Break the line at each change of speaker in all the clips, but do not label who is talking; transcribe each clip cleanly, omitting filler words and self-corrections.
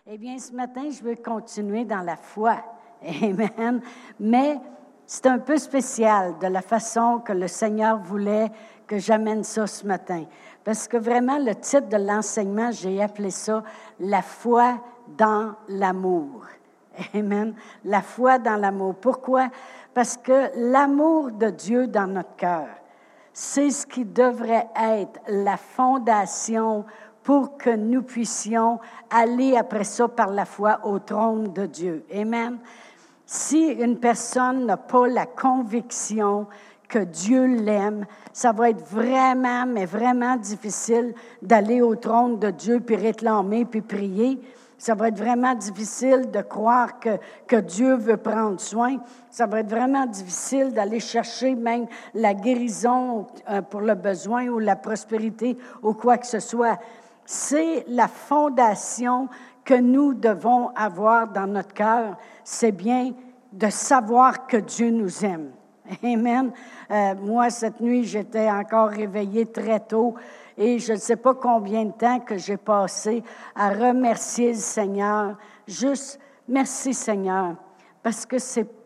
Eh bien, ce matin, je veux continuer dans la foi. Amen. Mais c'est un peu spécial de la façon que le Seigneur voulait que j'amène ça ce matin. Parce que vraiment, le titre de l'enseignement, j'ai appelé ça « La foi dans l'amour ». Amen. La foi dans l'amour. Pourquoi? Parce que l'amour de Dieu dans notre cœur, c'est ce qui devrait être la fondation pour que nous puissions aller après ça par la foi au trône de Dieu. Amen. Si une personne n'a pas la conviction que Dieu l'aime, ça va être vraiment, mais vraiment difficile d'aller au trône de Dieu, puis réclamer, puis prier. Ça va être vraiment difficile de croire que Dieu veut prendre soin. Ça va être vraiment difficile d'aller chercher même la guérison pour le besoin ou la prospérité ou quoi que ce soit. C'est la fondation que nous devons avoir dans notre cœur. C'est bien de savoir que Dieu nous aime. Amen. Moi, cette nuit, j'étais encore réveillée très tôt et je ne sais pas combien de temps que j'ai passé à remercier le Seigneur. Juste, merci Seigneur, parce que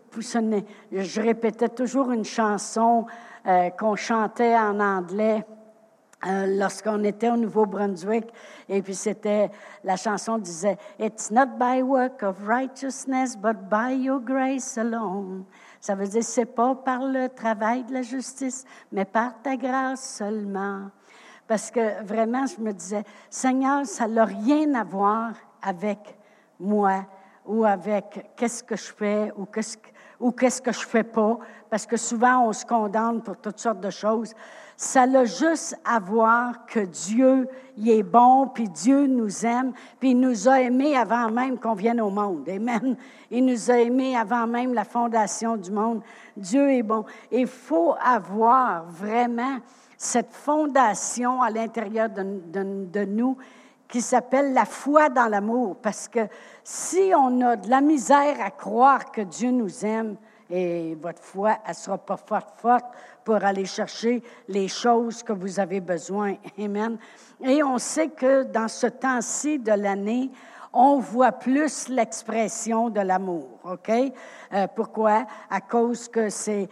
je répétais toujours une chanson qu'on chantait en anglais lorsqu'on était au Nouveau-Brunswick, et puis la chanson disait « It's not by work of righteousness, but by your grace alone ». Ça veut dire, c'est pas par le travail de la justice, mais par ta grâce seulement. Parce que vraiment, je me disais, Seigneur, ça n'a rien à voir avec moi ou avec qu'est-ce que je fais ou qu'est-ce que je fais pas, parce que souvent, on se condamne pour toutes sortes de choses. Ça a juste à voir que Dieu, il est bon, puis Dieu nous aime, puis il nous a aimés avant même qu'on vienne au monde. Amen. Il nous a aimés avant même la fondation du monde. Dieu est bon. Il faut avoir vraiment cette fondation à l'intérieur de nous qui s'appelle la foi dans l'amour. Parce que si on a de la misère à croire que Dieu nous aime, et votre foi, elle ne sera pas forte pour aller chercher les choses que vous avez besoin. Amen. Et on sait que dans ce temps-ci de l'année, on voit plus l'expression de l'amour, OK? Pourquoi? À cause que c'est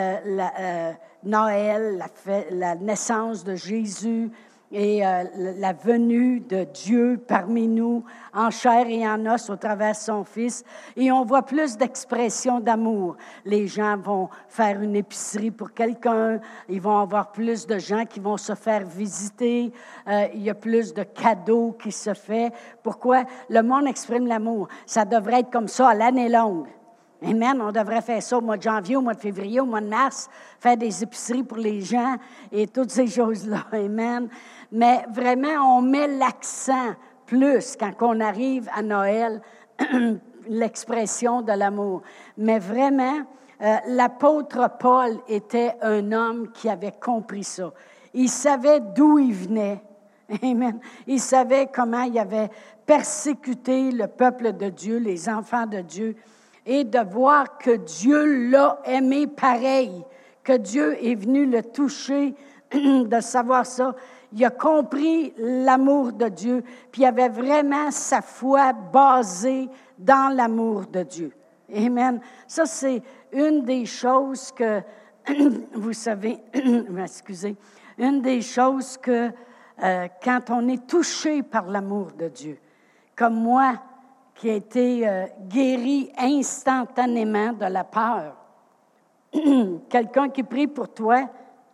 Noël, la naissance de Jésus et la venue de Dieu parmi nous, en chair et en os, au travers de son Fils. Et on voit plus d'expression d'amour. Les gens vont faire une épicerie pour quelqu'un. Ils vont avoir plus de gens qui vont se faire visiter. Il y a plus de cadeaux qui se font. Pourquoi? Le monde exprime l'amour. Ça devrait être comme ça à l'année longue. Amen. On devrait faire ça au mois de janvier, au mois de février, au mois de mars, faire des épiceries pour les gens et toutes ces choses-là. Amen. Mais vraiment, on met l'accent plus quand on arrive à Noël, l'expression de l'amour. Mais vraiment, l'apôtre Paul était un homme qui avait compris ça. Il savait d'où il venait. Amen. Il savait comment il avait persécuté le peuple de Dieu, les enfants de Dieu, et de voir que Dieu l'a aimé pareil, que Dieu est venu le toucher, de savoir ça. Il a compris l'amour de Dieu, puis il avait vraiment sa foi basée dans l'amour de Dieu. Amen. Ça, c'est une des choses que, vous savez, excusez, une des choses que, quand on est touché par l'amour de Dieu, comme moi, qui a été guéri instantanément de la peur. Quelqu'un qui prie pour toi,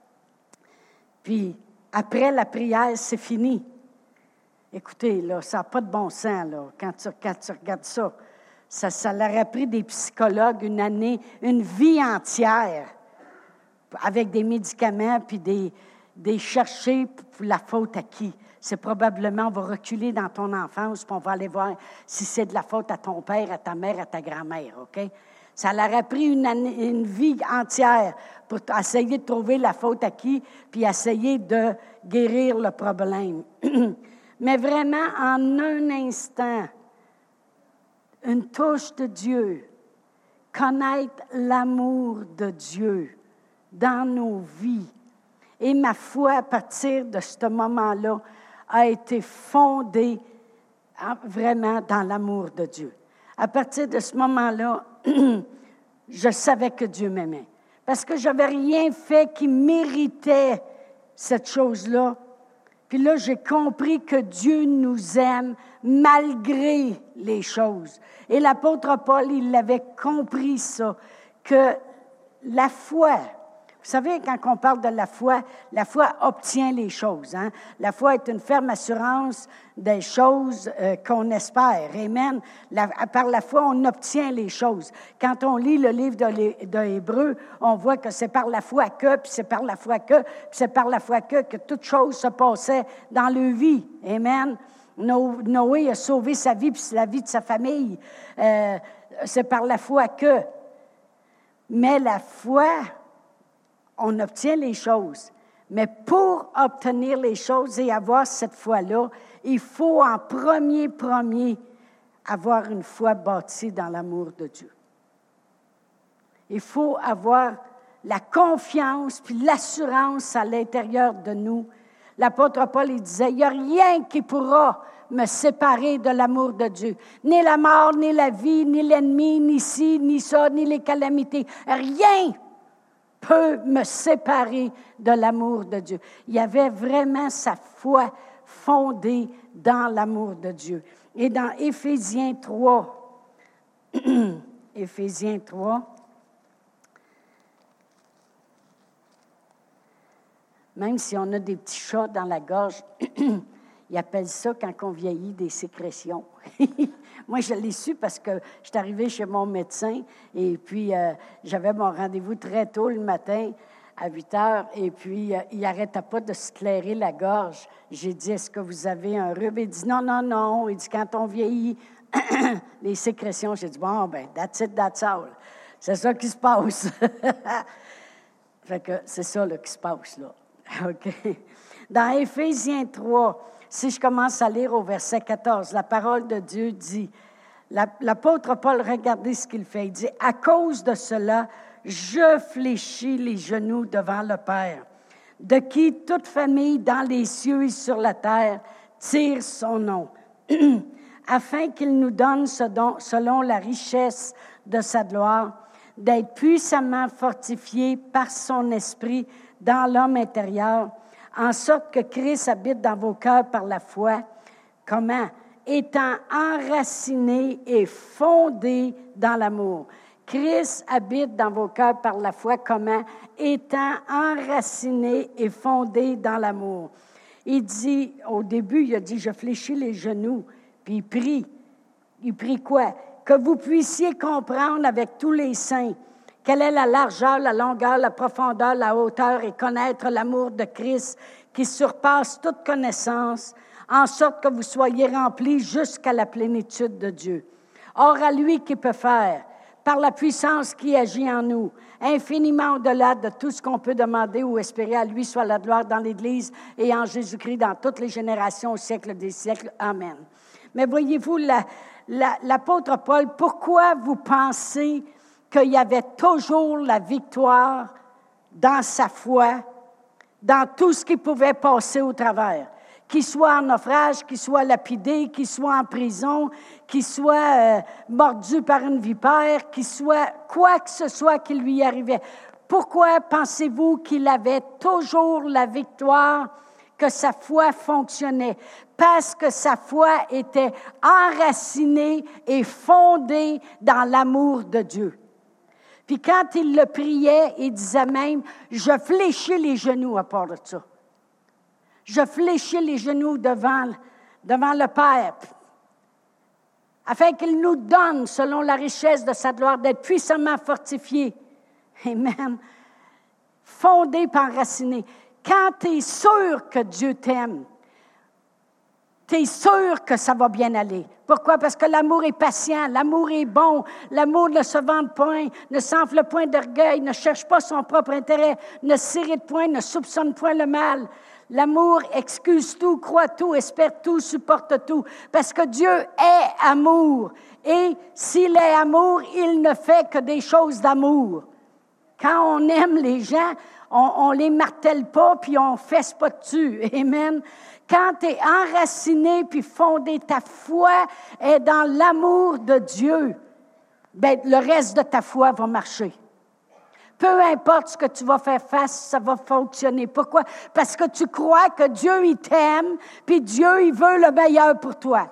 puis après la prière, c'est fini. Écoutez, là, ça n'a pas de bon sens, là, quand tu regardes ça. Ça leur a pris des psychologues une année, une vie entière, avec des médicaments, puis des chercher pour la faute à qui? C'est probablement, on va reculer dans ton enfance, puis on va aller voir si c'est de la faute à ton père, à ta mère, à ta grand-mère, OK? Ça leur a pris une vie entière pour essayer de trouver la faute à qui, puis essayer de guérir le problème. Mais vraiment, en un instant, une touche de Dieu, connaître l'amour de Dieu dans nos vies. Et ma foi, à partir de ce moment-là, a été fondée vraiment dans l'amour de Dieu. À partir de ce moment-là, je savais que Dieu m'aimait. Parce que je n'avais rien fait qui méritait cette chose-là. Puis là, j'ai compris que Dieu nous aime malgré les choses. Et l'apôtre Paul, il avait compris ça, que la foi, vous savez, quand on parle de la foi obtient les choses. Hein? La foi est une ferme assurance des choses qu'on espère. Amen. Par la foi, on obtient les choses. Quand on lit le livre de Hébreux, on voit que c'est par la foi que, puis c'est par la foi que, puis c'est par la foi que toute chose se passait dans leur vie. Amen. Noé a sauvé sa vie, puis la vie de sa famille. C'est par la foi que. Mais la foi, on obtient les choses. Mais pour obtenir les choses et avoir cette foi-là, il faut en premier avoir une foi bâtie dans l'amour de Dieu. Il faut avoir la confiance puis l'assurance à l'intérieur de nous. L'apôtre Paul, il disait, il n'y a rien qui pourra me séparer de l'amour de Dieu. Ni la mort, ni la vie, ni l'ennemi, ni ci, ni ça, ni les calamités. Rien peut me séparer de l'amour de Dieu. Il y avait vraiment sa foi fondée dans l'amour de Dieu. Et dans Éphésiens 3, Éphésiens 3, même si on a des petits chats dans la gorge, ils appellent ça, quand on vieillit, des sécrétions. Moi, je l'ai su parce que je suis arrivée chez mon médecin et puis j'avais mon rendez-vous très tôt le matin, à 8 heures, et puis il n'arrêtait pas de se clairer la gorge. J'ai dit, est-ce que vous avez un rhume? Il dit, non. Il dit, quand on vieillit, les sécrétions. J'ai dit, bon, ben, that's it, that's all. C'est ça qui se passe. Fait que c'est ça là, qui se passe, là. OK. Dans Éphésiens 3, si je commence à lire au verset 14, la parole de Dieu dit, l'apôtre Paul, regardez ce qu'il fait. Il dit, à cause de cela, je fléchis les genoux devant le Père, de qui toute famille dans les cieux et sur la terre tire son nom, afin qu'il nous donne ce don, selon la richesse de sa gloire, d'être puissamment fortifiés par son esprit dans l'homme intérieur, en sorte que Christ habite dans vos cœurs par la foi. Comment? Étant enraciné et fondé dans l'amour. Christ habite dans vos cœurs par la foi. Comment? Étant enraciné et fondé dans l'amour. Il dit, au début, il a dit, je fléchis les genoux, puis il prie. Il prie quoi? Que vous puissiez comprendre avec tous les saints quelle est la largeur, la longueur, la profondeur, la hauteur, et connaître l'amour de Christ qui surpasse toute connaissance, en sorte que vous soyez remplis jusqu'à la plénitude de Dieu. Or, à lui qui peut faire, par la puissance qui agit en nous, infiniment au-delà de tout ce qu'on peut demander ou espérer, à lui soit la gloire dans l'Église et en Jésus-Christ dans toutes les générations, au siècle des siècles. Amen. Mais voyez-vous, l'apôtre Paul, pourquoi vous pensez qu'il y avait toujours la victoire dans sa foi, dans tout ce qui pouvait passer au travers? Qu'il soit en naufrage, qu'il soit lapidé, qu'il soit en prison, qu'il soit mordu par une vipère, qu'il soit quoi que ce soit qui lui arrivait. Pourquoi pensez-vous qu'il avait toujours la victoire, que sa foi fonctionnait? Parce que sa foi était enracinée et fondée dans l'amour de Dieu. Puis quand il le priait, il disait même, je fléchis les genoux à part de ça. Je fléchis les genoux devant le Père, afin qu'il nous donne, selon la richesse de sa gloire, d'être puissamment fortifiés. Amen. Fondés, enracinés. Quand tu es sûr que Dieu t'aime, tu es sûr que ça va bien aller. Pourquoi? Parce que l'amour est patient, l'amour est bon, l'amour ne se vante point, ne s'enfle point d'orgueil, ne cherche pas son propre intérêt, ne s'irrite point, ne soupçonne point le mal. L'amour excuse tout, croit tout, espère tout, supporte tout, parce que Dieu est amour. Et s'il est amour, il ne fait que des choses d'amour. Quand on aime les gens, on les martèle pas, puis on fesse pas dessus. Amen. Quand tu es enraciné, puis fondé, ta foi est dans l'amour de Dieu, bien, le reste de ta foi va marcher. Peu importe ce que tu vas faire face, ça va fonctionner. Pourquoi? Parce que tu crois que Dieu, il t'aime, puis Dieu, il veut le meilleur pour toi.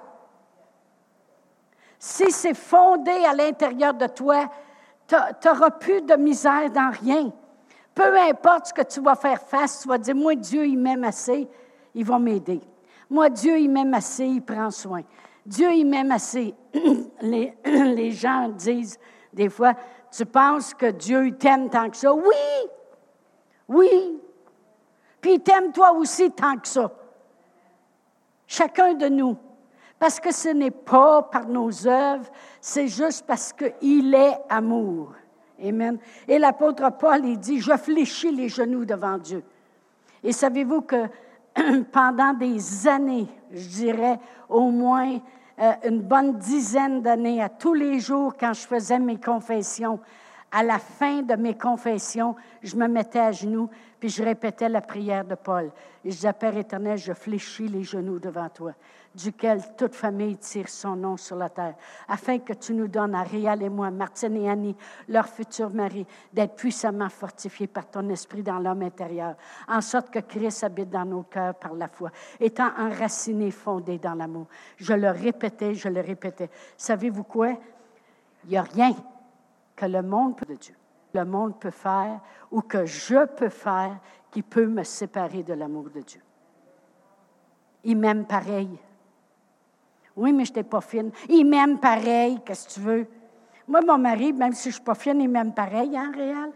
Si c'est fondé à l'intérieur de toi, tu n'auras plus de misère dans rien. Peu importe ce que tu vas faire face, tu vas dire, moi, Dieu, il m'aime assez, il va m'aider. Moi, Dieu, il m'aime assez, il prend soin. Dieu, il m'aime assez. Les gens disent des fois, tu penses que Dieu il t'aime tant que ça? Oui! Oui! Puis il t'aime toi aussi tant que ça. Chacun de nous. Parce que ce n'est pas par nos œuvres, c'est juste parce qu'il est amour. Amen. Et l'apôtre Paul, il dit, je fléchis les genoux devant Dieu. Et savez-vous que pendant des années, je dirais au moins une bonne dizaine d'années, à tous les jours quand je faisais mes confessions, à la fin de mes confessions, je me mettais à genoux, puis je répétais la prière de Paul. Et je disais, Père éternel, je fléchis les genoux devant toi, duquel toute famille tire son nom sur la terre, afin que tu nous donnes à Réal et moi, Martine et Annie, leur futur mari, d'être puissamment fortifiés par ton esprit dans l'homme intérieur, en sorte que Christ habite dans nos cœurs par la foi, étant enraciné, fondé dans l'amour. Je le répétais. Savez-vous quoi? Il n'y a rien que le monde peut faire ou que je peux faire qui peut me séparer de l'amour de Dieu. Il m'aime pareil. Oui, mais je n'étais pas fine. Il m'aime pareil, qu'est-ce que tu veux? Moi, mon mari, même si je ne suis pas fine, il m'aime pareil, hein, Réal?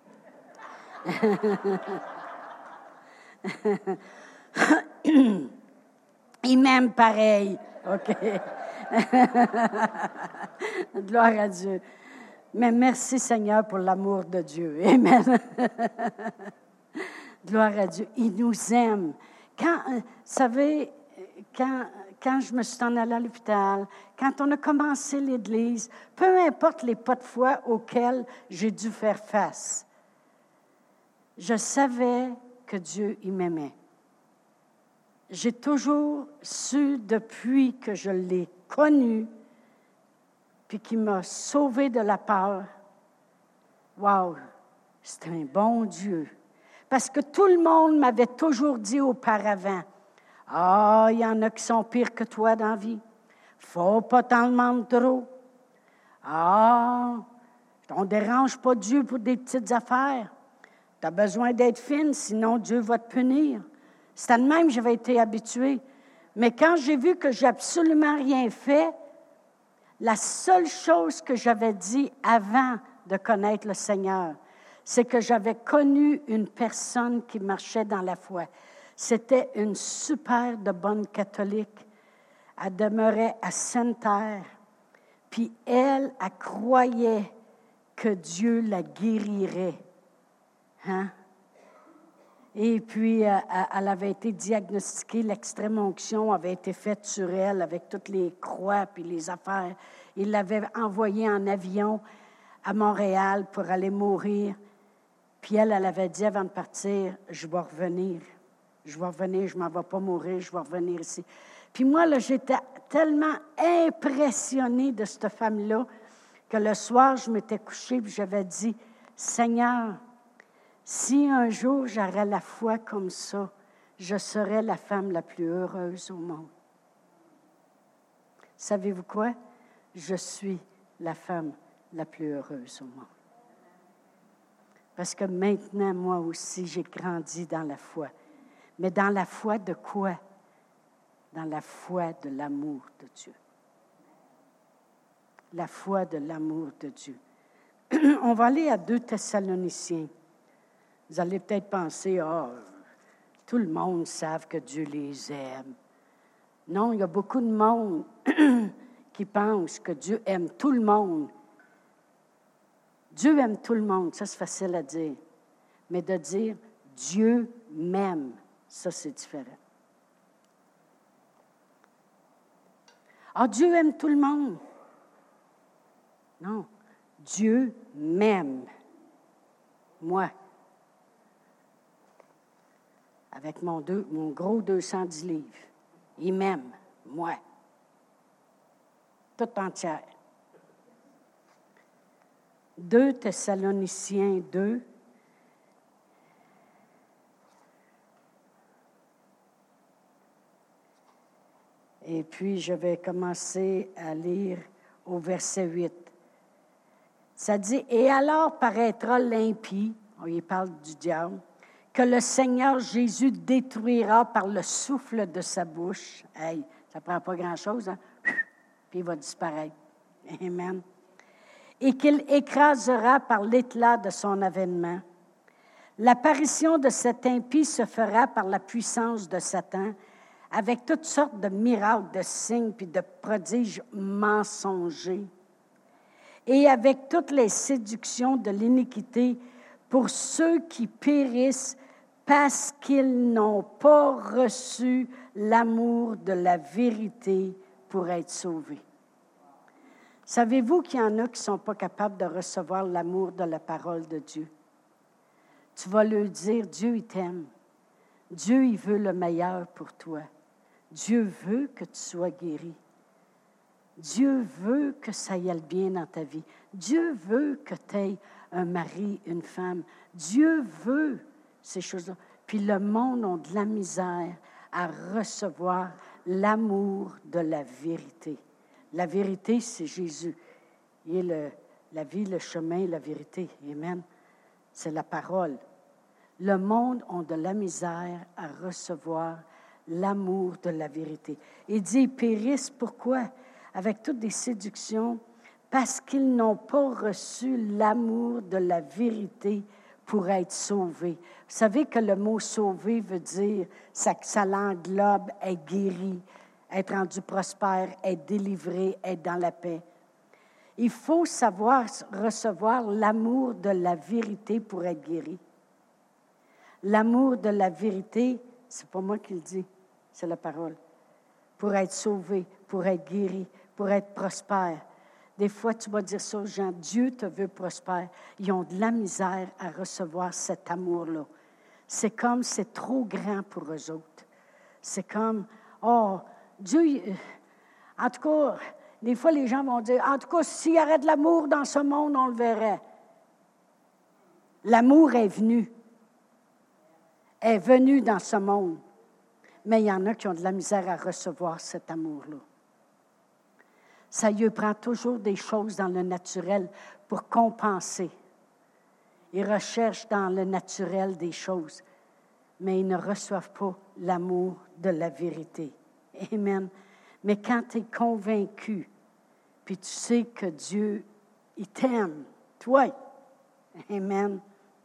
Il m'aime pareil. OK. Gloire à Dieu. Mais merci, Seigneur, pour l'amour de Dieu. Amen. Gloire à Dieu. Il nous aime. Vous savez, quand je me suis en allée à l'hôpital, quand on a commencé l'Église, peu importe les pas de foi auxquels j'ai dû faire face, je savais que Dieu, il m'aimait. J'ai toujours su, depuis que je l'ai connu, puis qu'il m'a sauvé de la peur. Wow, c'est un bon Dieu. Parce que tout le monde m'avait toujours dit auparavant, « Ah, il y en a qui sont pires que toi dans la vie. Faut pas t'en demander trop. Ah, on ne dérange pas Dieu pour des petites affaires. Tu as besoin d'être fine, sinon Dieu va te punir. » C'était de même, j'avais été habituée. Mais quand j'ai vu que j'ai absolument rien fait, la seule chose que j'avais dit avant de connaître le Seigneur, c'est que j'avais connu une personne qui marchait dans la foi. C'était une super de bonne catholique. Elle demeurait à Sainte-Terre. Puis elle croyait que Dieu la guérirait. Hein? Et puis, elle avait été diagnostiquée, l'extrême onction avait été faite sur elle avec toutes les croix puis les affaires. Il l'avait envoyée en avion à Montréal pour aller mourir. Puis elle avait dit avant de partir, « Je vais revenir, je ne m'en vais pas mourir, je vais revenir ici. » Puis moi, là, j'étais tellement impressionnée de cette femme-là que le soir, je m'étais couchée et j'avais dit, « Seigneur, si un jour j'aurais la foi comme ça, je serais la femme la plus heureuse au monde. » Savez-vous quoi? Je suis la femme la plus heureuse au monde. Parce que maintenant, moi aussi, j'ai grandi dans la foi. Mais dans la foi de quoi? Dans la foi de l'amour de Dieu. La foi de l'amour de Dieu. On va aller à 2 Thessaloniciens. Vous allez peut-être penser, tout le monde sait que Dieu les aime. Non, il y a beaucoup de monde qui pense que Dieu aime tout le monde. Dieu aime tout le monde, ça c'est facile à dire. Mais de dire Dieu m'aime, ça c'est différent. Dieu aime tout le monde. Non, Dieu m'aime. Moi. avec mon gros 210 livres. Il m'aime, moi, toute entière. 2 Thessaloniciens 2. Et puis, je vais commencer à lire au verset 8. Ça dit, « Et alors paraîtra l'impie, » on y parle du diable, « que le Seigneur Jésus détruira par le souffle de sa bouche. » Hey, ça ne prend pas grand-chose, hein? Puis il va disparaître. Amen. « Et qu'il écrasera par l'éclat de son avènement. L'apparition de cet impie se fera par la puissance de Satan, avec toutes sortes de miracles, de signes, puis de prodiges mensongers, et avec toutes les séductions de l'iniquité pour ceux qui périssent parce qu'ils n'ont pas reçu l'amour de la vérité pour être sauvés. » Savez-vous qu'il y en a qui ne sont pas capables de recevoir l'amour de la parole de Dieu? Tu vas leur dire, Dieu, il t'aime. Dieu, il veut le meilleur pour toi. Dieu veut que tu sois guéri. Dieu veut que ça y aille bien dans ta vie. Dieu veut que tu aies un mari, une femme. Dieu veut ces choses-là. Puis le monde a de la misère à recevoir l'amour de la vérité. La vérité, c'est Jésus. Il est la vie, le chemin, la vérité. Amen. C'est la parole. Le monde a de la misère à recevoir l'amour de la vérité. Il dit, ils périssent, pourquoi? Avec toutes des séductions, parce qu'ils n'ont pas reçu l'amour de la vérité pour être sauvés. Vous savez que le mot « sauver » veut dire, ça l'englobe, être guéri, être rendu prospère, être délivré, être dans la paix. Il faut savoir recevoir l'amour de la vérité pour être guéri. L'amour de la vérité, c'est pas moi qui le dis, c'est la parole. Pour être sauvé, pour être guéri, pour être prospère. Des fois, tu vas dire ça aux gens, Dieu te veut prospère. Ils ont de la misère à recevoir cet amour-là. C'est comme, c'est trop grand pour eux autres. C'est comme, oh, Dieu, en tout cas, des fois, les gens vont dire, en tout cas, s'il y avait de l'amour dans ce monde, on le verrait. L'amour est venu. Est venu dans ce monde. Mais il y en a qui ont de la misère à recevoir cet amour-là. Ça lui prend toujours des choses dans le naturel pour compenser. Ils recherchent dans le naturel des choses, mais ils ne reçoivent pas l'amour de la vérité. Amen. Mais quand tu es convaincu, puis tu sais que Dieu, il t'aime, toi, amen.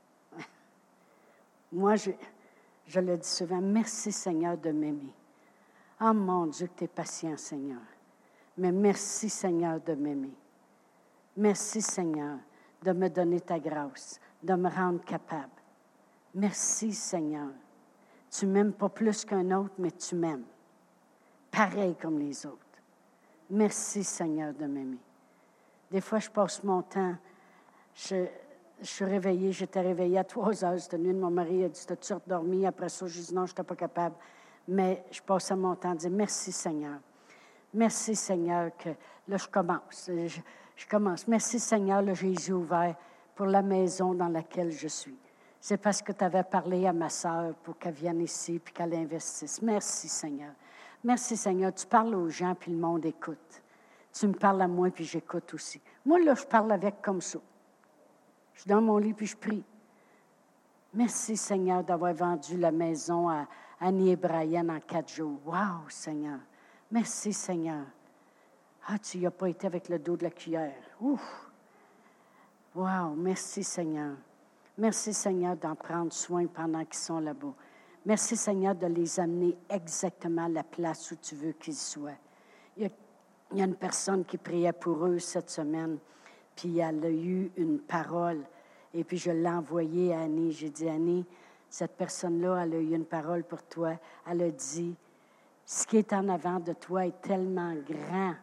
Moi, je le dis souvent, merci Seigneur de m'aimer. Oh mon Dieu, que tu es patient, Seigneur. Mais merci Seigneur de m'aimer. Merci Seigneur de me donner ta grâce, de me rendre capable. Merci Seigneur. Tu m'aimes pas plus qu'un autre, mais tu m'aimes. Pareil comme les autres. Merci Seigneur de m'aimer. Des fois, je passe mon temps, je suis réveillée, j'étais réveillée à 3 heures cette nuit. Mon mari a dit, t'as-tu redormi? Après ça, je dis non, je n'étais pas capable. Mais je passais mon temps à dire, merci Seigneur. Merci Seigneur que, là, je commence. Je commence. Merci Seigneur, là, j'ai les yeux ouverts pour la maison dans laquelle je suis. C'est parce que tu avais parlé à ma sœur pour qu'elle vienne ici puis qu'elle investisse. Merci Seigneur. Merci Seigneur. Tu parles aux gens puis le monde écoute. Tu me parles à moi puis j'écoute aussi. Moi, là, je parle avec comme ça. Je suis dans mon lit puis je prie. Merci Seigneur d'avoir vendu la maison à Annie et Brian en 4 jours. Wow, Seigneur. Merci, Seigneur. Ah, tu n'y as pas été avec le dos de la cuillère. Ouf! Wow, merci, Seigneur. Merci, Seigneur, d'en prendre soin pendant qu'ils sont là-bas. Merci, Seigneur, de les amener exactement à la place où tu veux qu'ils soient. Il y a une personne qui priait pour eux cette semaine, puis elle a eu une parole, et puis je l'ai envoyée à Annie. J'ai dit, Annie, cette personne-là, elle a eu une parole pour toi. Elle a dit, ce qui est en avant de toi est tellement grand.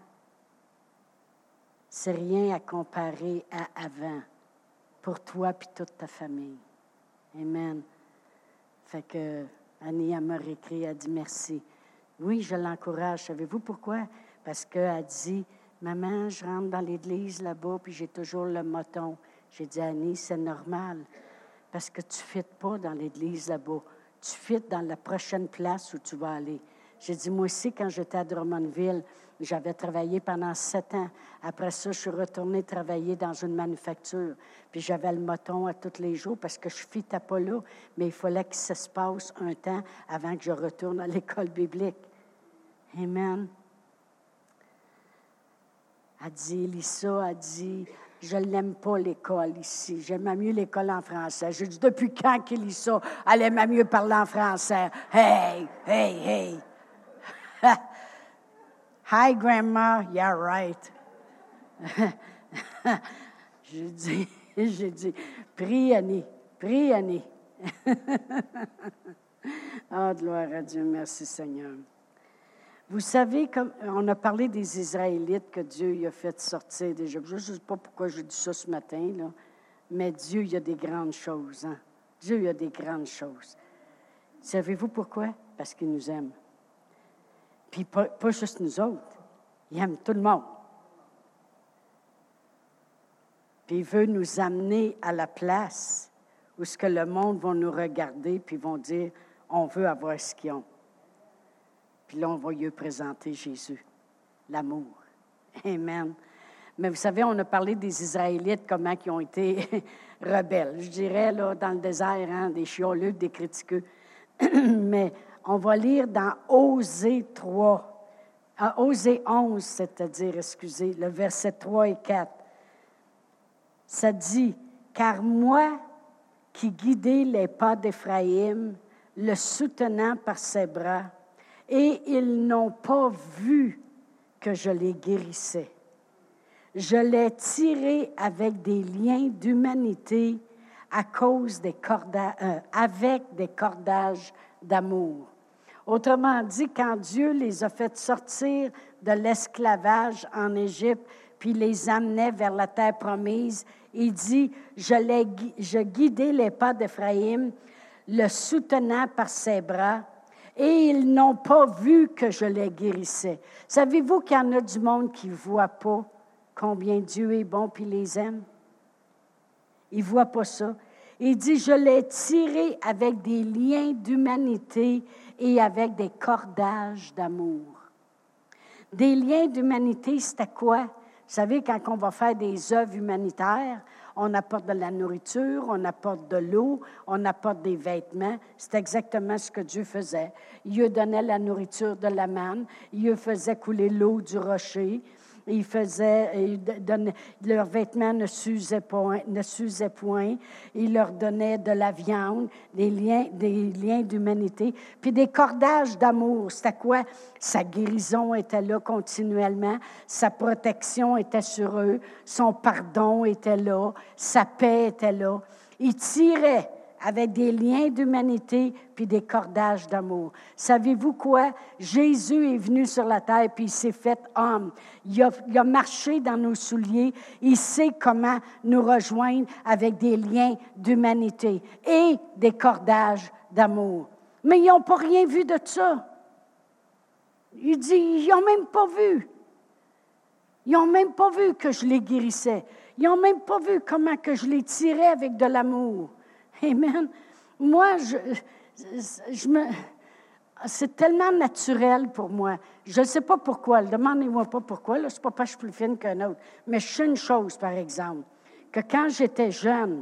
C'est rien à comparer à avant pour toi et toute ta famille. Amen. Fait que Annie, elle m'a réécrit, elle dit merci. Oui, je l'encourage. Savez-vous pourquoi? Parce qu'elle dit, maman, je rentre dans l'église là-bas, puis j'ai toujours le moton. J'ai dit, Annie, c'est normal, parce que tu ne fites pas dans l'église là-bas. Tu fites dans la prochaine place où tu vas aller. J'ai dit, moi aussi, quand j'étais à Drummondville, j'avais travaillé pendant 7 ans. Après ça, je suis retournée travailler dans une manufacture. Puis j'avais le moton à tous les jours parce que je ne fitais pas là, mais il fallait que ça se passe un temps avant que je retourne à l'école biblique. Amen. Elle dit, Lisa, elle dit, je ne l'aime pas l'école ici. J'aime mieux l'école en français. J'ai dit, depuis quand qu'Elissa, elle aime mieux parler en français? Hey, hey, hey. Hi, Grandma. Yeah, right. J'ai dit, prie, Annie. Prie, Annie. Oh, gloire à Dieu. Merci, Seigneur. Vous savez, comme on a parlé des Israélites que Dieu y a fait sortir déjà. Je ne sais pas pourquoi je dis ça ce matin, là, mais Dieu, il y a des grandes choses. Hein? Dieu, il y a des grandes choses. Savez-vous pourquoi? Parce qu'il nous aime. Puis pas juste nous autres. Il aime tout le monde. Puis il veut nous amener à la place où ce que le monde va nous regarder puis vont dire, on veut avoir ce qu'ils ont. Puis là, on va lui présenter Jésus, l'amour. Amen. Mais vous savez, on a parlé des Israélites, comment ils ont été rebelles. Je dirais, là, dans le désert, hein, des chioleux, des critiqueux. Mais on va lire dans Osée 3, Osée 11, c'est-à-dire, excusez, le verset 3 et 4. Ça dit, « Car moi, qui guidais les pas d'Éphraïm, le soutenant par ses bras, et ils n'ont pas vu que je les guérissais. Je les tirais avec des liens d'humanité à cause avec des cordages d'amour. » Autrement dit, quand Dieu les a fait sortir de l'esclavage en Égypte, puis les amenait vers la terre promise, il dit, je guidais les pas d'Éphraïm, le soutenant par ses bras, et ils n'ont pas vu que je les guérissais. Savez-vous qu'il y en a du monde qui ne voit pas combien Dieu est bon puis les aime? Ils ne voient pas ça. Il dit, je les tirés avec des liens d'humanité et avec des cordages d'amour. Des liens d'humanité, c'était quoi? Vous savez, quand on va faire des œuvres humanitaires, on apporte de la nourriture, on apporte de l'eau, on apporte des vêtements. C'est exactement ce que Dieu faisait. Il eux donnait la nourriture de la manne, il eux faisait couler l'eau du rocher, leurs vêtements ne s'usaient point, il leur donnait de la viande, des liens d'humanité, puis des cordages d'amour. C'était quoi? Sa guérison était là continuellement, sa protection était sur eux, son pardon était là, sa paix était là. Il tirait avec des liens d'humanité puis des cordages d'amour. Savez-vous quoi? Jésus est venu sur la terre puis il s'est fait homme. Il a marché dans nos souliers. Il sait comment nous rejoindre avec des liens d'humanité et des cordages d'amour. Mais ils n'ont pas rien vu de ça. Il dit, ils n'ont même pas vu. Ils n'ont même pas vu que je les guérissais. Ils n'ont même pas vu comment que je les tirais avec de l'amour. Amen. Moi, c'est tellement naturel pour moi. Je ne sais pas pourquoi. Demandez-moi pas pourquoi. Là, c'est pas parce que je suis plus fine qu'un autre. Mais je sais une chose, par exemple, que quand j'étais jeune,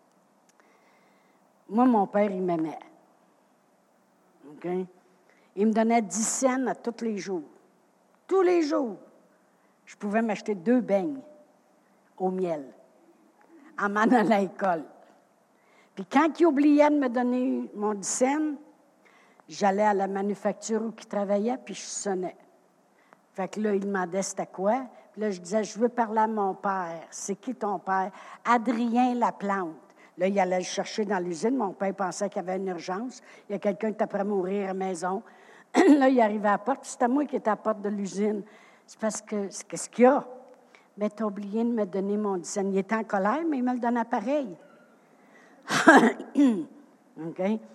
moi, mon père, il m'aimait. OK? Il me donnait 10 cents à tous les jours. Tous les jours. Je pouvais m'acheter 2 beignes au miel en m'en allant à l'école. Puis quand il oubliait de me donner mon 10 cents, j'allais à la manufacture où il travaillait, puis je sonnais. Fait que là, il demandait c'était quoi. Puis là, je disais, je veux parler à mon père. C'est qui ton père? Adrien Laplante. Là, il allait le chercher dans l'usine. Mon père pensait qu'il y avait une urgence. Il y a quelqu'un qui était prêt à mourir à la maison. Là, il arrivait à la porte. C'était moi qui étais à la porte de l'usine. C'est parce que, qu'est-ce qu'il y a? Mais tu as oublié de me donner mon 10 cents. Il était en colère, mais il me le donnait pareil. OK?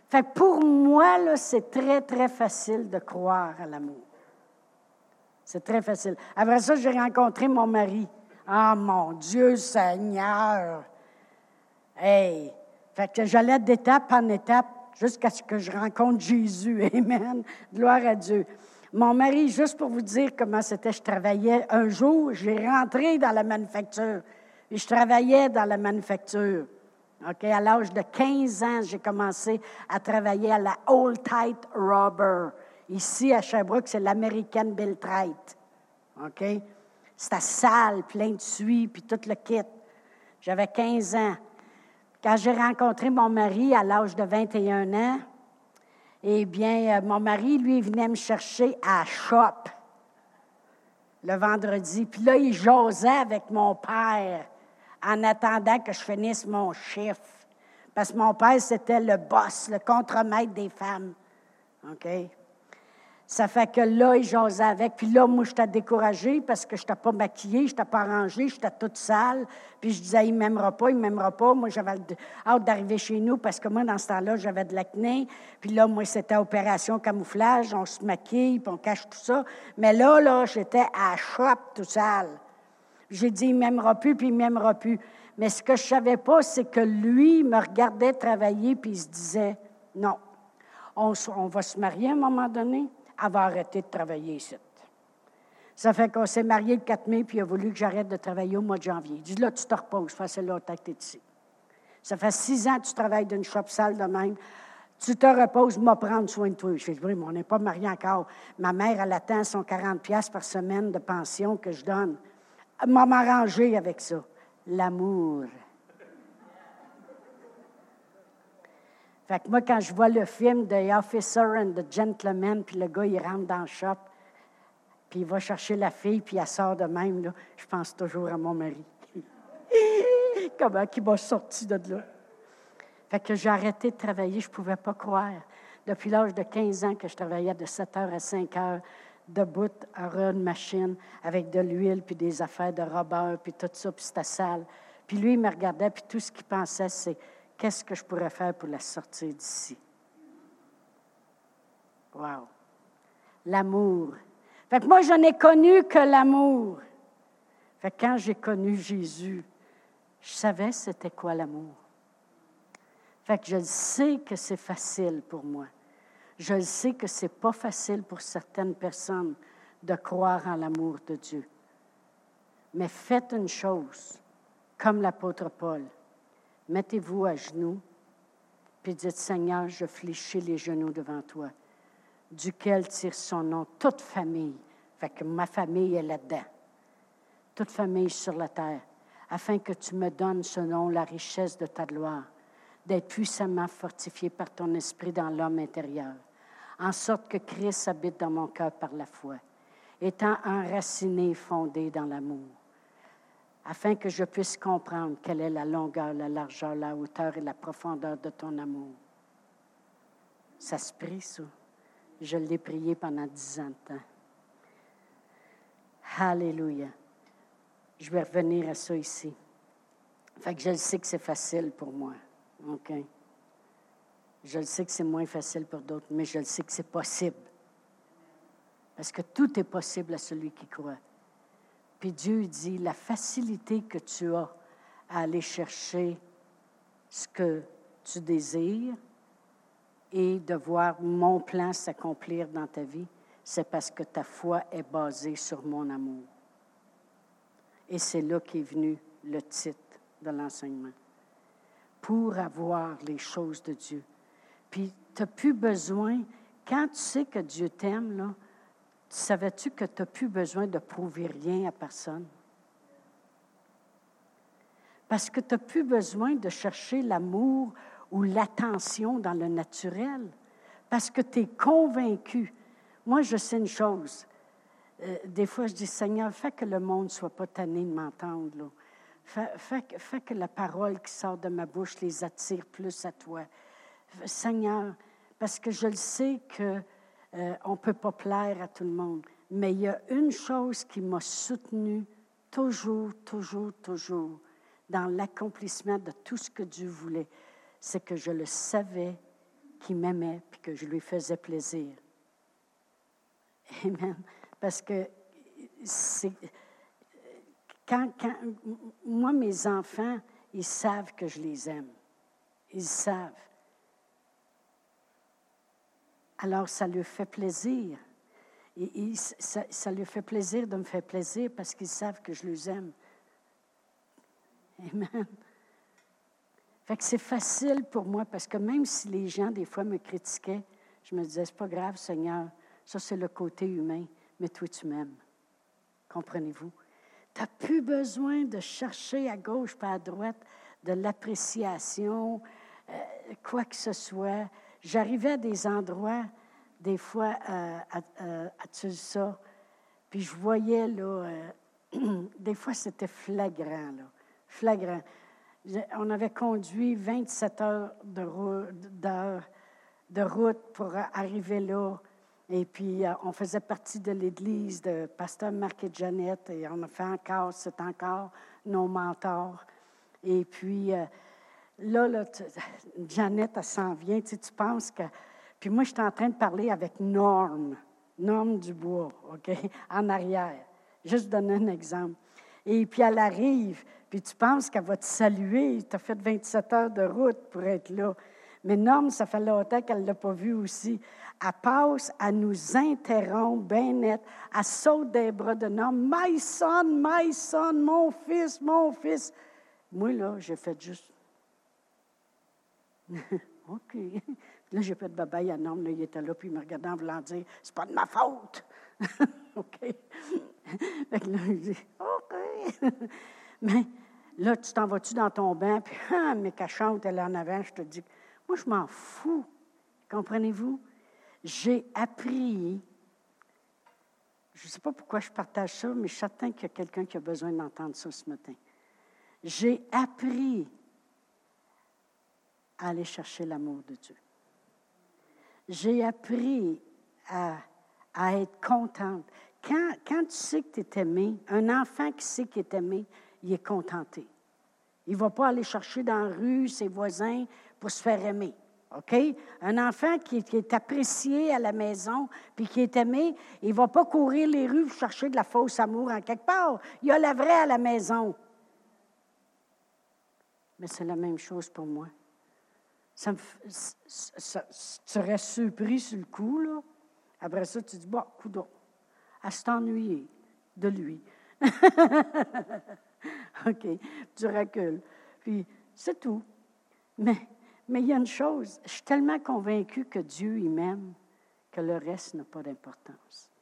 Fait que pour moi, là, c'est très, très facile de croire à l'amour. C'est très facile. Après ça, j'ai rencontré mon mari. Ah, mon Dieu Seigneur! Hey! Fait que j'allais d'étape en étape jusqu'à ce que je rencontre Jésus. Amen! Gloire à Dieu. Mon mari, juste pour vous dire comment c'était, je travaillais un jour, j'ai rentré dans la manufacture. Et je travaillais dans la manufacture. OK? À l'âge de 15 ans, j'ai commencé à travailler à la Old Tite Rubber. Ici, à Sherbrooke, c'est l'American Biltrite. OK? C'était sale, plein de suie, puis tout le kit. J'avais 15 ans. Quand j'ai rencontré mon mari à l'âge de 21 ans, eh bien, mon mari, lui, il venait me chercher à Shop le vendredi. Puis là, il jasait avec mon père en attendant que je finisse mon chiffre. Parce que mon père, c'était le boss, le contremaître des femmes. OK? Ça fait que là, il jasait avec. Puis là, moi, j'étais découragée parce que je n'étais pas maquillée, je n'étais pas rangée, j'étais toute sale. Puis je disais, il ne m'aimera pas, il ne m'aimera pas. Moi, j'avais hâte d'arriver chez nous parce que moi, dans ce temps-là, j'avais de l'acné. Puis là, moi, c'était opération camouflage, on se maquille, puis on cache tout ça. Mais là, j'étais à Shop tout sale. J'ai dit, il ne m'aimera plus, puis il ne m'aimera plus. Mais ce que je ne savais pas, c'est que lui, il me regardait travailler, puis il se disait, non, on va se marier à un moment donné. Elle va arrêter de travailler ici. Ça fait qu'on s'est mariés le 4 mai, puis il a voulu que j'arrête de travailler au mois de janvier. Il dit, là, tu te reposes, fais longtemps que tu es ici. Ça fait 6 ans que tu travailles d'une shop sale de même. Tu te reposes, moi prendre soin de toi. Je dis, oui, mais on n'est pas mariés encore. Ma mère, elle attend son 40$ par semaine de pension que je donne. Elle m'a m'arrangé avec ça. L'amour. Fait que moi, quand je vois le film The Officer and the Gentleman, puis le gars, il rentre dans le shop, puis il va chercher la fille, puis elle sort de même, là, je pense toujours à mon mari. Comment il m'a sorti de là? Fait que j'ai arrêté de travailler, je ne pouvais pas croire. Depuis l'âge de 15 ans que je travaillais de 7h à 5h, debout à une machine, avec de l'huile, puis des affaires de rubber, puis tout ça, puis c'était sale. Puis lui, il me regardait, puis tout ce qu'il pensait, c'est qu'est-ce que je pourrais faire pour la sortir d'ici? Wow! L'amour. Fait que moi, je n'ai connu que l'amour. Fait que quand j'ai connu Jésus, je savais c'était quoi l'amour. Fait que je sais que c'est facile pour moi. Je sais que c'est pas facile pour certaines personnes de croire en l'amour de Dieu. Mais faites une chose, comme l'apôtre Paul. Mettez-vous à genoux, puis dites, Seigneur, je fléchis les genoux devant toi, duquel tire son nom toute famille. Fait que ma famille est là-dedans. Toute famille sur la terre, afin que tu me donnes selon la richesse de ta gloire, d'être puissamment fortifié par ton esprit dans l'homme intérieur, en sorte que Christ habite dans mon cœur par la foi, étant enraciné et fondé dans l'amour, afin que je puisse comprendre quelle est la longueur, la largeur, la hauteur et la profondeur de ton amour. Ça se prie, ça. Je l'ai prié pendant 10 ans de temps. Alléluia. Je vais revenir à ça ici. Fait que je le sais que c'est facile pour moi. OK? Je le sais que c'est moins facile pour d'autres, mais je le sais que c'est possible. Parce que tout est possible à celui qui croit. Puis Dieu dit, la facilité que tu as à aller chercher ce que tu désires et de voir mon plan s'accomplir dans ta vie, c'est parce que ta foi est basée sur mon amour. Et c'est là qu'est venu le titre de l'enseignement. Pour avoir les choses de Dieu. Puis, tu n'as plus besoin, quand tu sais que Dieu t'aime, là, savais-tu que tu n'as plus besoin de prouver rien à personne? Parce que tu n'as plus besoin de chercher l'amour ou l'attention dans le naturel. Parce que tu es convaincu. Moi, je sais une chose. Des fois, je dis, Seigneur, fais que le monde ne soit pas tanné de m'entendre. Là. Fais que la parole qui sort de ma bouche les attire plus à toi. Seigneur, parce que je le sais qu'on ne peut pas plaire à tout le monde. Mais il y a une chose qui m'a soutenue toujours dans l'accomplissement de tout ce que Dieu voulait. C'est que je le savais qu'il m'aimait puis que je lui faisais plaisir. Amen. Parce que c'est... Quand moi, mes enfants, ils savent que je les aime. Ils savent. Alors, ça leur fait plaisir. Ça leur fait plaisir de me faire plaisir parce qu'ils savent que je les aime. Amen. Fait que c'est facile pour moi parce que même si les gens, des fois, me critiquaient, je me disais, c'est pas grave, Seigneur, ça, c'est le côté humain, mais toi, tu m'aimes. Comprenez-vous? Tu n'as plus besoin de chercher à gauche pas à droite de l'appréciation, quoi que ce soit. J'arrivais à des endroits, des fois, à Tulsa, puis je voyais, là, des fois, c'était flagrant, là, flagrant. On avait conduit 27 heures de route pour arriver là. Et puis, on faisait partie de l'église de Pasteur Marc et Jeannette. Et on a fait encore, c'est encore nos mentors. Et puis, là Jeannette, elle s'en vient. Tu penses que... Puis moi, j'étais en train de parler avec Norme Dubois, OK, en arrière. Juste donner un exemple. Et puis, elle arrive, puis tu penses qu'elle va te saluer. Tu as fait 27 heures de route pour être là. Mais Norme, ça fait longtemps qu'elle ne l'a pas vu aussi. Elle passe, elle nous interrompt bien net. Elle saute des bras de Norme. My son, mon fils, mon fils. Moi, là, j'ai fait juste... OK. Là, j'ai fait de bye-bye à Norme. Là, il était là, puis il me regardait en voulant dire, c'est pas de ma faute. OK. Fait que là, je dis, OK. Mais là, tu t'en vas-tu dans ton bain, puis, mais qu'elle chante, elle est en avant, je te dis, moi, je m'en fous. Comprenez-vous? J'ai appris, je ne sais pas pourquoi je partage ça, mais je suis certain qu'il y a quelqu'un qui a besoin d'entendre ça ce matin. J'ai appris à aller chercher l'amour de Dieu. J'ai appris à être contente. Quand tu sais que tu es aimé, un enfant qui sait qu'il est aimé, il est contenté. Il ne va pas aller chercher dans la rue ses voisins pour se faire aimer. OK? Un enfant qui est apprécié à la maison puis qui est aimé, il ne va pas courir les rues pour chercher de la fausse amour en quelque part. Il y a la vraie à la maison. Mais c'est la même chose pour moi. Tu restes surpris sur le coup, là. Après ça, tu dis, bon, coudonc, à s'ennuyer de lui. OK, tu recules. Puis, c'est tout. Mais il y a une chose, je suis tellement convaincue que Dieu, il m'aime, que le reste n'a pas d'importance.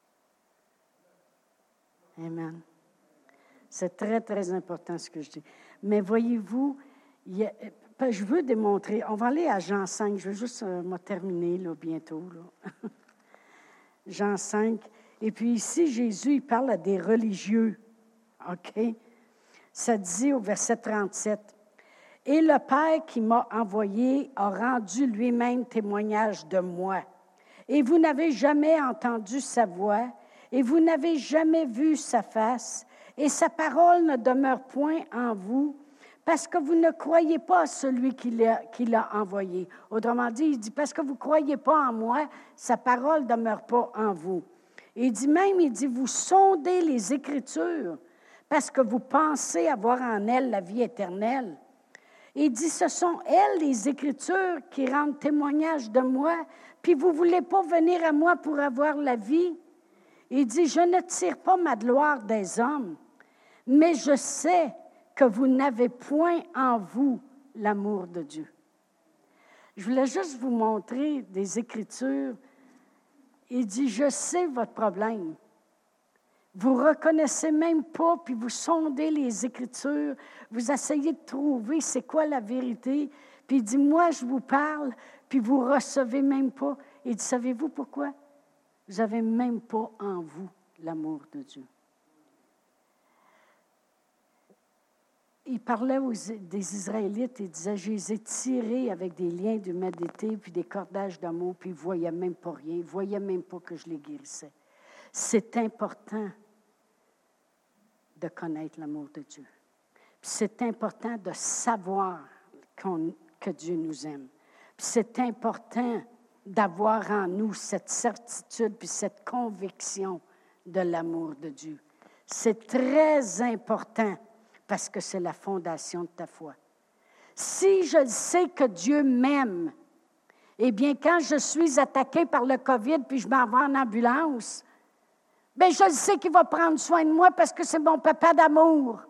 Amen. C'est très, très important ce que je dis. Mais voyez-vous, je veux démontrer, on va aller à Jean 5, je vais juste terminer là, bientôt. Là. Jean 5. Et puis ici, Jésus, il parle à des religieux. OK? Ça dit au verset 37. « Et le Père qui m'a envoyé a rendu lui-même témoignage de moi. Et vous n'avez jamais entendu sa voix, et vous n'avez jamais vu sa face, et sa parole ne demeure point en vous, parce que vous ne croyez pas à celui qui l'a envoyé. » Autrement dit, il dit, parce que vous ne croyez pas en moi, sa parole ne demeure pas en vous. Et il dit, vous sondez les Écritures, parce que vous pensez avoir en elles la vie éternelle. Et il dit, ce sont elles, les Écritures, qui rendent témoignage de moi, puis vous ne voulez pas venir à moi pour avoir la vie. Il dit, je ne tire pas ma gloire des hommes, mais je sais que vous n'avez point en vous l'amour de Dieu. Je voulais juste vous montrer des Écritures. Il dit, je sais votre problème. Vous ne reconnaissez même pas, puis vous sondez les Écritures, vous essayez de trouver c'est quoi la vérité, puis il dit, moi je vous parle, puis vous ne recevez même pas. Il dit, savez-vous pourquoi? Vous n'avez même pas en vous l'amour de Dieu. Il parlait des Israélites, il disait, je les ai tirés avec des liens d'humanité, puis des cordages d'amour, puis ils ne voyaient même pas rien, ils ne voyaient même pas que je les guérissais. C'est important de connaître l'amour de Dieu. Puis c'est important de savoir que Dieu nous aime. Puis Puis c'est important d'avoir en nous cette certitude puis cette conviction de l'amour de Dieu. C'est très important parce que c'est la fondation de ta foi. Si je sais que Dieu m'aime, eh bien, quand je suis attaquée par le COVID puis je m'en vais en ambulance, bien, je sais qu'il va prendre soin de moi parce que c'est mon papa d'amour.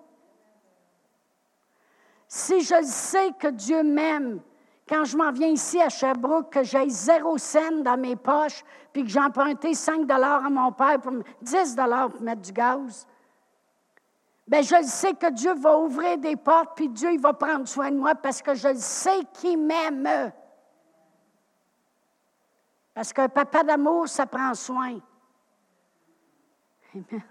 Si je sais que Dieu m'aime, quand je m'en viens ici à Sherbrooke, que j'ai 0 cents dans mes poches, puis que j'ai emprunté 5 $ à mon père, 10 $ pour mettre du gaz, bien, je sais que Dieu va ouvrir des portes, puis Dieu, il va prendre soin de moi parce que je sais qu'il m'aime. Parce qu'un papa d'amour, ça prend soin. Amen.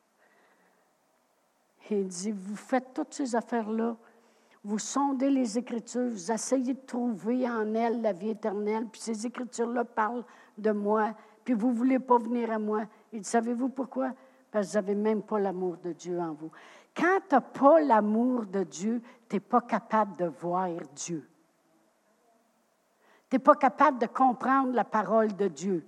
Il dit, vous faites toutes ces affaires-là, vous sondez les Écritures, vous essayez de trouver en elles la vie éternelle, puis ces Écritures-là parlent de moi, puis vous ne voulez pas venir à moi. Il dit, savez-vous pourquoi? Parce que vous n'avez même pas l'amour de Dieu en vous. Quand tu n'as pas l'amour de Dieu, tu n'es pas capable de voir Dieu. Tu n'es pas capable de comprendre la parole de Dieu.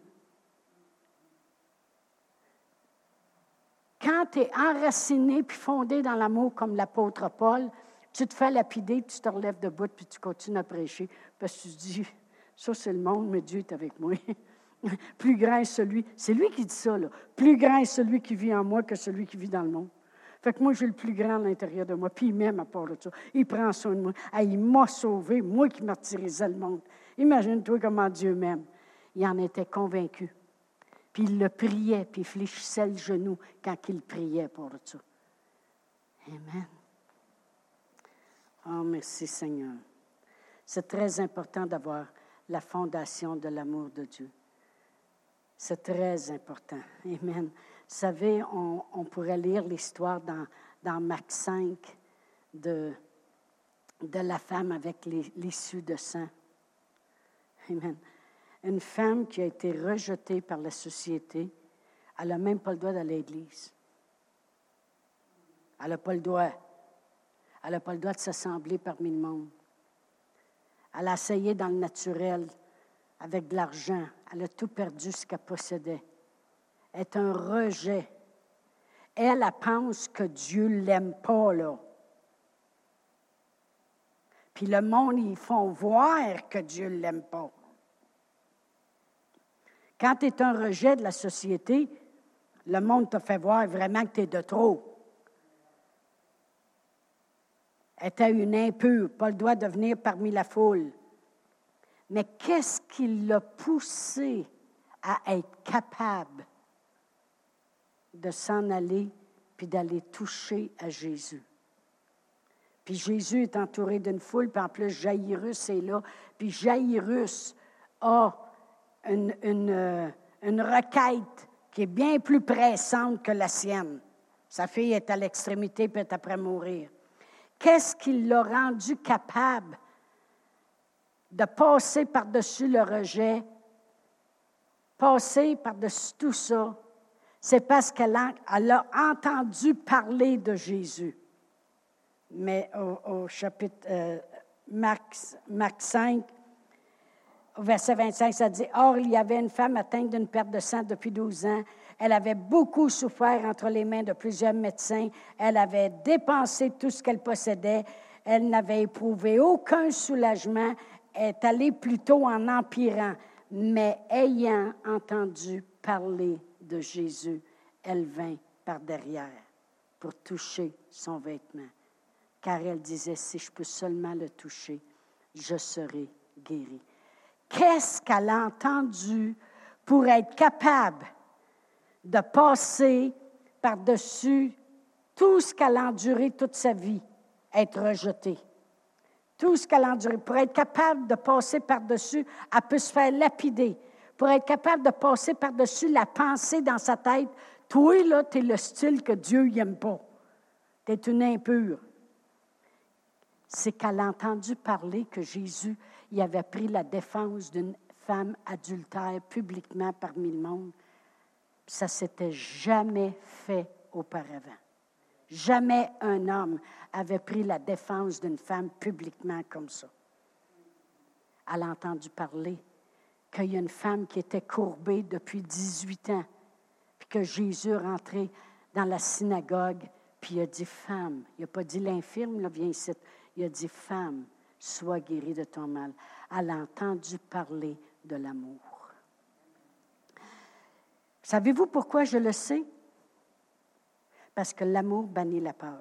Quand tu es enraciné puis fondé dans l'amour comme l'apôtre Paul, tu te fais lapider, tu te relèves debout puis tu continues à prêcher parce que tu te dis, ça c'est le monde, mais Dieu est avec moi. Plus grand est celui, c'est lui qui dit ça, là. Plus grand est celui qui vit en moi que celui qui vit dans le monde. Fait que moi, j'ai le plus grand à l'intérieur de moi, puis il m'aime à part de ça. Il prend soin de moi. Il m'a sauvé, moi qui martyrisais le monde. Imagine-toi comment Dieu m'aime. Il en était convaincu. Puis il le priait, puis il fléchissait le genou quand il priait pour ça. Amen. Oh, merci Seigneur. C'est très important d'avoir la fondation de l'amour de Dieu. C'est très important. Amen. Vous savez, on pourrait lire l'histoire dans Marc 5 de la femme avec l'issue de sang. Amen. Une femme qui a été rejetée par la société, elle n'a même pas le droit d'aller à l'église. Elle n'a pas le droit. Elle n'a pas le droit de s'assembler parmi le monde. Elle a essayé dans le naturel, avec de l'argent. Elle a tout perdu ce qu'elle possédait. Elle est un rejet. Elle pense que Dieu ne l'aime pas, là. Puis le monde, ils font voir que Dieu ne l'aime pas. Quand tu es un rejet de la société, le monde te fait voir vraiment que tu es de trop. Elle était une impure, pas le droit de venir parmi la foule. Mais qu'est-ce qui l'a poussé à être capable de s'en aller puis d'aller toucher à Jésus? Puis Jésus est entouré d'une foule, puis en plus Jaïrus est là. Puis Jaïrus a une requête qui est bien plus pressante que la sienne. Sa fille est à l'extrémité puis est après mourir. Qu'est-ce qui l'a rendu capable de passer par-dessus le rejet, passer par-dessus tout ça? C'est parce qu'elle a entendu parler de Jésus. Mais au chapitre Marc 5, au verset 25, ça dit, « Or, il y avait une femme atteinte d'une perte de sang depuis 12 ans. Elle avait beaucoup souffert entre les mains de plusieurs médecins. Elle avait dépensé tout ce qu'elle possédait. Elle n'avait éprouvé aucun soulagement. Elle est allée plutôt en empirant. Mais ayant entendu parler de Jésus, elle vint par derrière pour toucher son vêtement. Car elle disait, si je peux seulement le toucher, je serai guérie. » Qu'est-ce qu'elle a entendu pour être capable de passer par-dessus tout ce qu'elle a enduré toute sa vie, être rejetée? Tout ce qu'elle a enduré. Pour être capable de passer par-dessus, elle peut se faire lapider. Pour être capable de passer par-dessus la pensée dans sa tête, toi, là, tu es le style que Dieu n'aime pas. Tu es une impure. C'est qu'elle a entendu parler que Jésus il avait pris la défense d'une femme adultère publiquement parmi le monde. Ça ne s'était jamais fait auparavant. Jamais un homme avait pris la défense d'une femme publiquement comme ça. Elle a entendu parler qu'il y a une femme qui était courbée depuis 18 ans, puis que Jésus est rentré dans la synagogue, puis il a dit, « Femme », il n'a pas dit l'infirme, là, viens ici, il a dit, « Femme, sois guérie de ton mal. » Elle a entendu parler de l'amour. Savez-vous pourquoi je le sais? Parce que l'amour bannit la peur.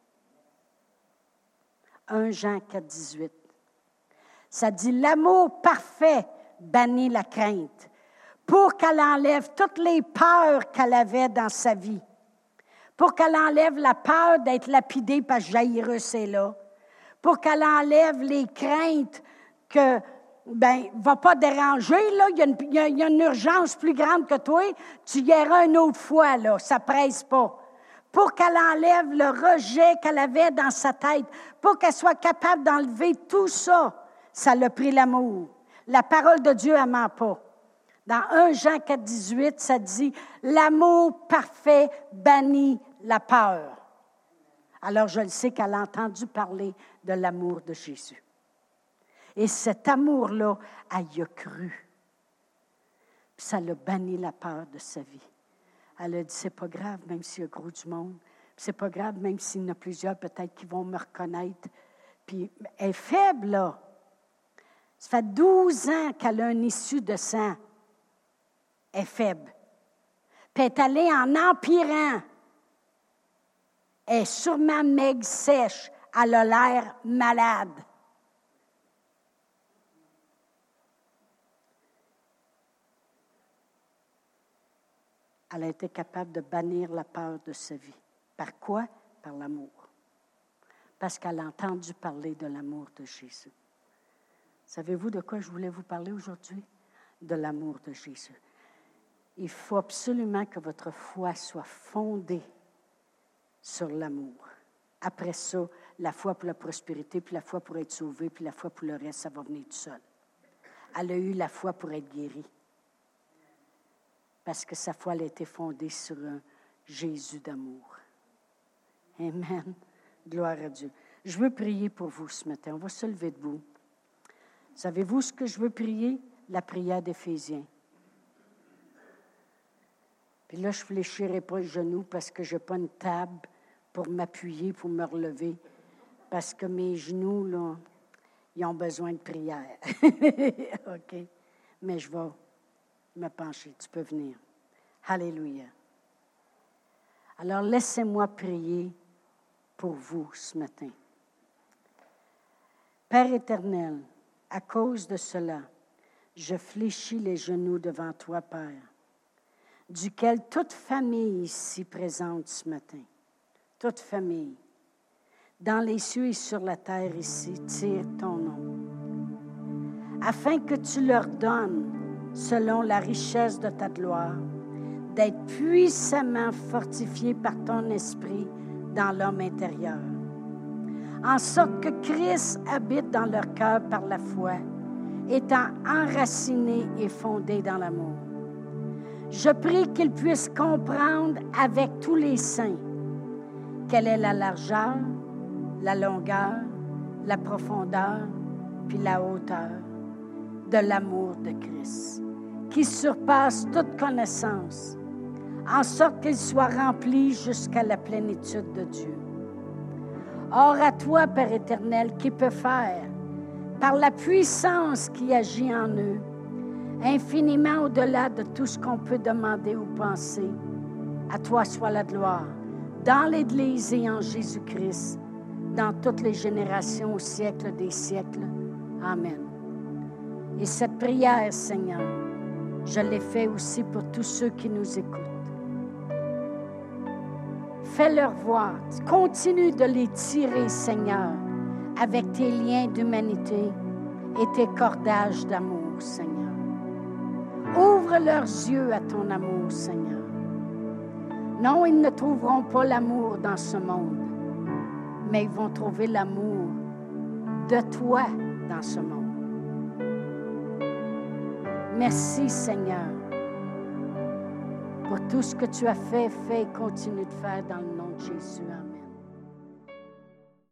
1 Jean 4, 18. Ça dit, l'amour parfait bannit la crainte pour qu'elle enlève toutes les peurs qu'elle avait dans sa vie, pour qu'elle enlève la peur d'être lapidée parce que Jairus est là, pour qu'elle enlève les craintes que, va pas déranger, là, il y a une urgence plus grande que toi, tu iras une autre fois, là, ça presse pas. Pour qu'elle enlève le rejet qu'elle avait dans sa tête, pour qu'elle soit capable d'enlever tout ça, ça l'a pris l'amour. La parole de Dieu, elle ne ment pas. Dans 1 Jean 4, 18, ça dit « L'amour parfait bannit la peur. » Alors, je le sais qu'elle a entendu parler de l'amour de Jésus. Et cet amour-là, elle y a cru. Puis ça l'a banni la peur de sa vie. Elle a dit, c'est pas grave, même s'il y a gros du monde. C'est pas grave, même s'il y en a plusieurs peut-être qui vont me reconnaître. Puis elle est faible, là. Ça fait 12 ans qu'elle a une issue de sang. Elle est faible. Puis elle est allée en empirant. Elle est sûrement maigre, sèche. Elle a l'air malade. Elle a été capable de bannir la peur de sa vie. Par quoi? Par l'amour. Parce qu'elle a entendu parler de l'amour de Jésus. Savez-vous de quoi je voulais vous parler aujourd'hui? De l'amour de Jésus. Il faut absolument que votre foi soit fondée sur l'amour. Après ça, la foi pour la prospérité, puis la foi pour être sauvé, puis la foi pour le reste, ça va venir tout seul. Elle a eu la foi pour être guérie. Parce que sa foi elle a été fondée sur un Jésus d'amour. Amen. Gloire à Dieu. Je veux prier pour vous ce matin. On va se lever debout. Savez-vous ce que je veux prier? La prière d'Éphésiens. Puis là, je ne fléchirai pas le genou parce que je n'ai pas une table pour m'appuyer, pour me relever. Parce que mes genoux, là, ils ont besoin de prière. OK? Mais je vais me pencher. Tu peux venir. Alléluia. Alors, laissez-moi prier pour vous ce matin. Père éternel, à cause de cela, je fléchis les genoux devant toi, Père, duquel toute famille ici présente ce matin, toute famille, dans les cieux et sur la terre ici, tire ton nom, afin que tu leur donnes, selon la richesse de ta gloire, d'être puissamment fortifiés par ton esprit dans l'homme intérieur, en sorte que Christ habite dans leur cœur par la foi, étant enracinés et fondés dans l'amour. Je prie qu'ils puissent comprendre avec tous les saints quelle est la largeur, la longueur, la profondeur, puis la hauteur de l'amour de Christ, qui surpasse toute connaissance, en sorte qu'ils soient remplis jusqu'à la plénitude de Dieu. Or, à toi, Père éternel, qui peut faire, par la puissance qui agit en eux, infiniment au-delà de tout ce qu'on peut demander ou penser, à toi soit la gloire, dans l'Église et en Jésus-Christ, dans toutes les générations, au siècle des siècles. Amen. Et cette prière, Seigneur, je l'ai fait aussi pour tous ceux qui nous écoutent. Fais-leur voir. Continue de les tirer, Seigneur, avec tes liens d'humanité et tes cordages d'amour, Seigneur. Ouvre leurs yeux à ton amour, Seigneur. Non, ils ne trouveront pas l'amour dans ce monde, mais ils vont trouver l'amour de toi dans ce monde. Merci, Seigneur, pour tout ce que tu as fait et continue de faire dans le nom de Jésus.